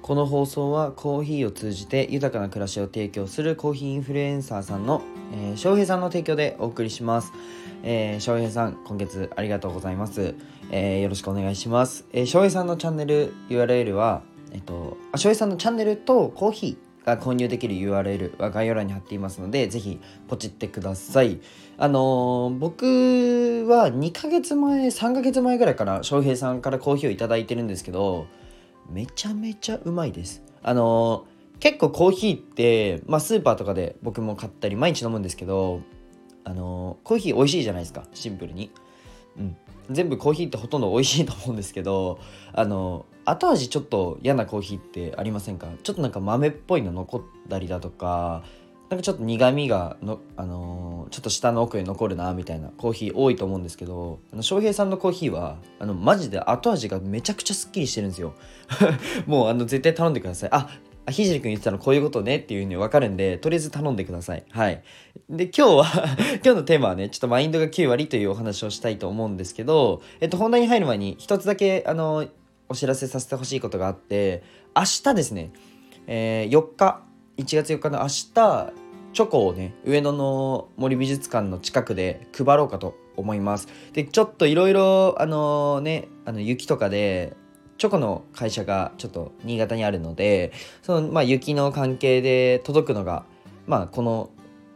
この放送はコーヒーを通じて豊かな暮らしを提供するコーヒーインフルエンサーさんの、翔平さんの提供でお送りします。翔平さん、今月ありがとうございます。よろしくお願いします。翔平さんのチャンネル URL は、翔平さんのチャンネルとコーヒーが購入できる URL は概要欄に貼っていますので、ぜひポチってください。僕は2ヶ月前3ヶ月前ぐらいから翔平さんからコーヒーをいただいてるんですけど、めちゃめちゃうまいです。結構コーヒーって、スーパーとかで僕も買ったり毎日飲むんですけど、コーヒー美味しいじゃないですか、シンプルに。全部コーヒーってほとんど美味しいと思うんですけど、後味ちょっと嫌なコーヒーってありませんか？ちょっとなんか豆っぽいの残ったりだとか、なんかちょっと苦味がの、ちょっと舌の奥に残るなみたいなコーヒー多いと思うんですけど、翔平さんのコーヒーはマジで後味がめちゃくちゃすっきりしてるんですよ。もう絶対頼んでください。ひじりくん言ってたのこういうことねっていう風に分かるんで、とりあえず頼んでください。はい。で、今日は今日のテーマはね、ちょっとマインドが9割というお話をしたいと思うんですけど、本題に入る前に一つだけお知らせさせてほしいことがあって、明日ですね、4日1月4日の明日、チョコをね、上野の森美術館の近くで配ろうかと思います。で、ちょっといろいろ雪とかでチョコの会社がちょっと新潟にあるので、その雪の関係で届くのがこの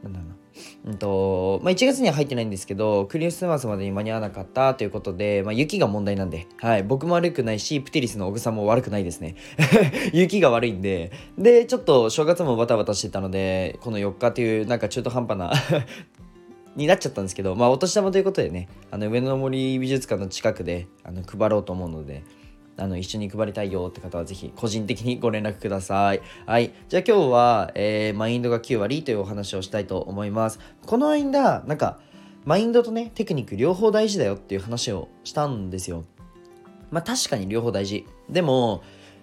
1月には入ってないんですけど、クリスマスまでに間に合わなかったということで、雪が問題なんで、はい、僕も悪くないし、プティリスの小草も悪くないですね。雪が悪いんで、ちょっと正月もバタバタしてたので、この4日というなんか中途半端なになっちゃったんですけど、お年玉ということでね、上野の森美術館の近くで配ろうと思うので、一緒に配りたいよって方はぜひ個人的にご連絡ください。はい。じゃあ今日は、マインドが9割というお話をしたいと思います。この間、なんか、マインドとね、テクニック両方大事だよっていう話をしたんですよ。確かに両方大事。でも、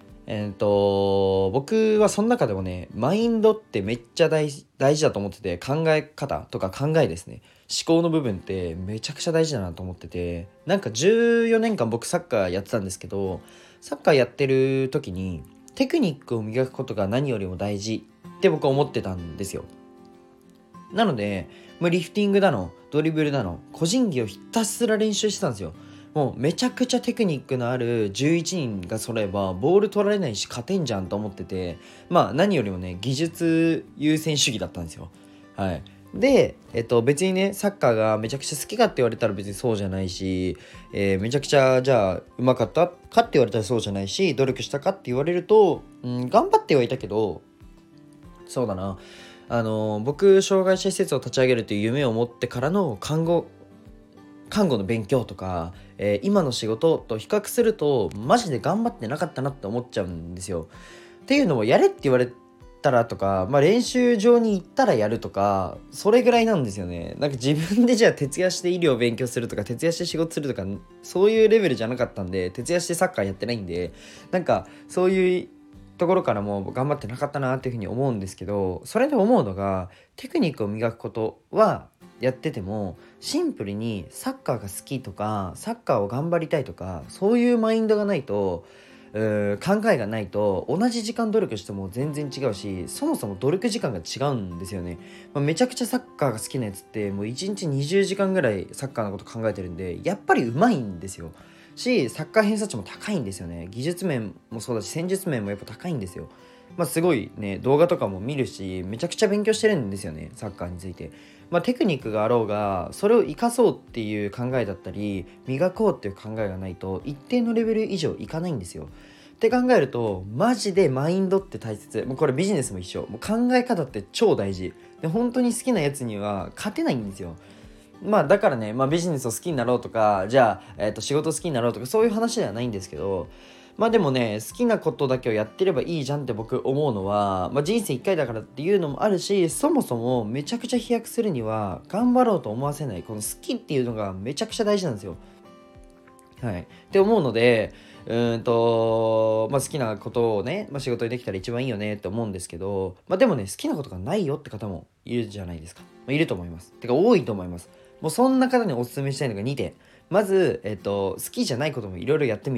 僕はその中でもね、マインドってめっちゃ大事だと思ってて、考え方とか考えですね、思考の部分ってめちゃくちゃ大事だなと思ってて、なんか14年間僕サッカーやってたんですけど、サッカーやってる時にテクニックを磨くことが何よりも大事って僕は思ってたんですよ。なので、リフティングだのドリブルだの個人技をひたすら練習してたんですよ。もうめちゃくちゃテクニックのある11人が揃えばボール取られないし勝てんじゃんと思ってて、何よりもね、技術優先主義だったんですよ。はい。で、別にね、サッカーがめちゃくちゃ好きかって言われたら別にそうじゃないし、めちゃくちゃじゃあうまかったかって言われたらそうじゃないし、努力したかって言われると、頑張ってはいたけど、そうだな、僕障害者施設を立ち上げるという夢を持ってからの看護の勉強とか、今の仕事と比較するとマジで頑張ってなかったなって思っちゃうんですよ。っていうのも、やれって言われたらとか、練習場に行ったらやるとか、それぐらいなんですよね。なんか自分でじゃあ徹夜して医療を勉強するとか、徹夜して仕事するとか、そういうレベルじゃなかったんで、徹夜してサッカーやってないんで、なんかそういうところからも頑張ってなかったなっていうふうに思うんですけど、それで思うのが、テクニックを磨くことはやってても、シンプルにサッカーが好きとかサッカーを頑張りたいとか、そういうマインドがないと、考えがないと、同じ時間努力しても全然違うし、そもそも努力時間が違うんですよね。めちゃくちゃサッカーが好きなやつってもう1日20時間ぐらいサッカーのこと考えてるんで、やっぱり上手いんですよ。し、サッカー偏差値も高いんですよね。技術面もそうだし、戦術面もやっぱ高いんですよ。すごいね、動画とかも見るし、めちゃくちゃ勉強してるんですよね、サッカーについて。テクニックがあろうが、それを活かそうっていう考えだったり、磨こうっていう考えがないと、一定のレベル以上いかないんですよ。って考えると、マジでマインドって大切。もうこれビジネスも一緒。もう考え方って超大事。で、本当に好きなやつには勝てないんですよ。だからね、ビジネスを好きになろうとか、じゃあ、仕事好きになろうとか、そういう話ではないんですけど、でもね、好きなことだけをやってればいいじゃんって僕思うのは、人生一回だからっていうのもあるし、そもそもめちゃくちゃ飛躍するには頑張ろうと思わせない、この好きっていうのがめちゃくちゃ大事なんですよ。はい。って思うので、好きなことをね、仕事にできたら一番いいよねって思うんですけど、でもね、好きなことがないよって方もいるじゃないですか。いると思います。てか多いと思います。もうそんな方にお勧めしたいのが2点。まず、好きじゃないこともいろいろやってみる。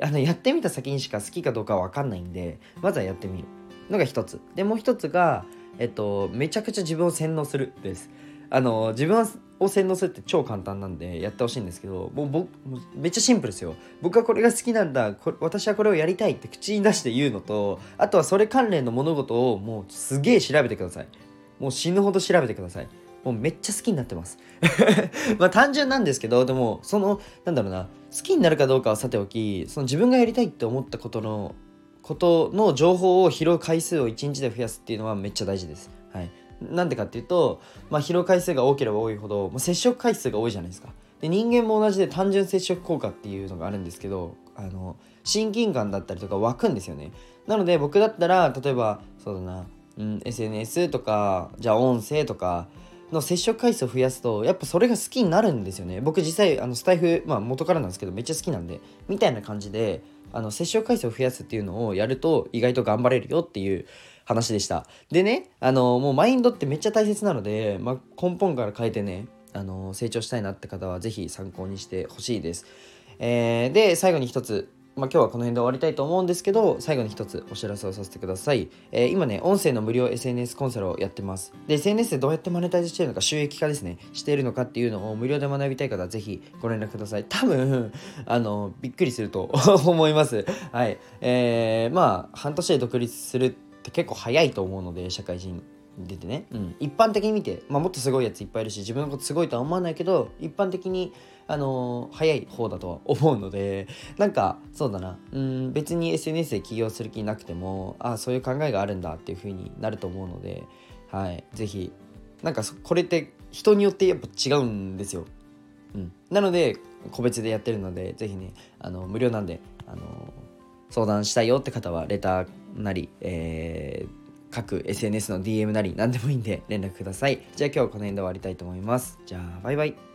やってみた先にしか好きかどうかは分かんないんで、まずはやってみるのが一つで、もう一つがめちゃくちゃ自分を洗脳するです。自分を洗脳するって超簡単なんでやってほしいんですけど、もうめっちゃシンプルですよ。僕はこれが好きなんだ、私はこれをやりたいって口に出して言うのと、あとはそれ関連の物事をもうすげえ調べてください。もう死ぬほど調べてください。もうめっちゃ好きになってますまあ単純なんですけど、でもなんだろうな、好きになるかどうかはさておき、その自分がやりたいって思ったことの情報を拾う回数を1日で増やすっていうのはめっちゃ大事です。はい。なんでかっていうと、拾う回数が多ければ多いほど、接触回数が多いじゃないですか。で、人間も同じで単純接触効果っていうのがあるんですけど、親近感だったりとか湧くんですよね。なので僕だったら、例えばそうだな、SNS とか、じゃあ音声とかの接触回数を増やすと、やっぱそれが好きになるんですよね。僕実際スタイフ、元からなんですけどめっちゃ好きなんで、みたいな感じで接触回数を増やすっていうのをやると意外と頑張れるよっていう話でした。でね、もうマインドってめっちゃ大切なので、根本から変えてね、成長したいなって方はぜひ参考にしてほしいです。で、最後に一つ、今日はこの辺で終わりたいと思うんですけど、最後に一つお知らせをさせてください。今ね、音声の無料 SNS コンサルをやってます。で、SNS でどうやってマネタイズしているのか、収益化ですね、しているのかっていうのを無料で学びたい方はぜひご連絡ください。多分、びっくりすると思います。はい。半年で独立するって結構早いと思うので、社会人出てね、一般的に見て、もっとすごいやついっぱいいるし、自分のことすごいとは思わないけど、一般的に早い方だとは思うので、そうだな、別に SNS で起業する気なくても、そういう考えがあるんだっていう風になると思うので、はい、ぜひこれって人によってやっぱ違うんですよ。なので個別でやってるので、ぜひね、無料なんで、相談したいよって方はレターなり、各 SNS の DM なり何でもいいんで連絡ください。じゃあ今日はこの辺で終わりたいと思います。じゃあバイバイ。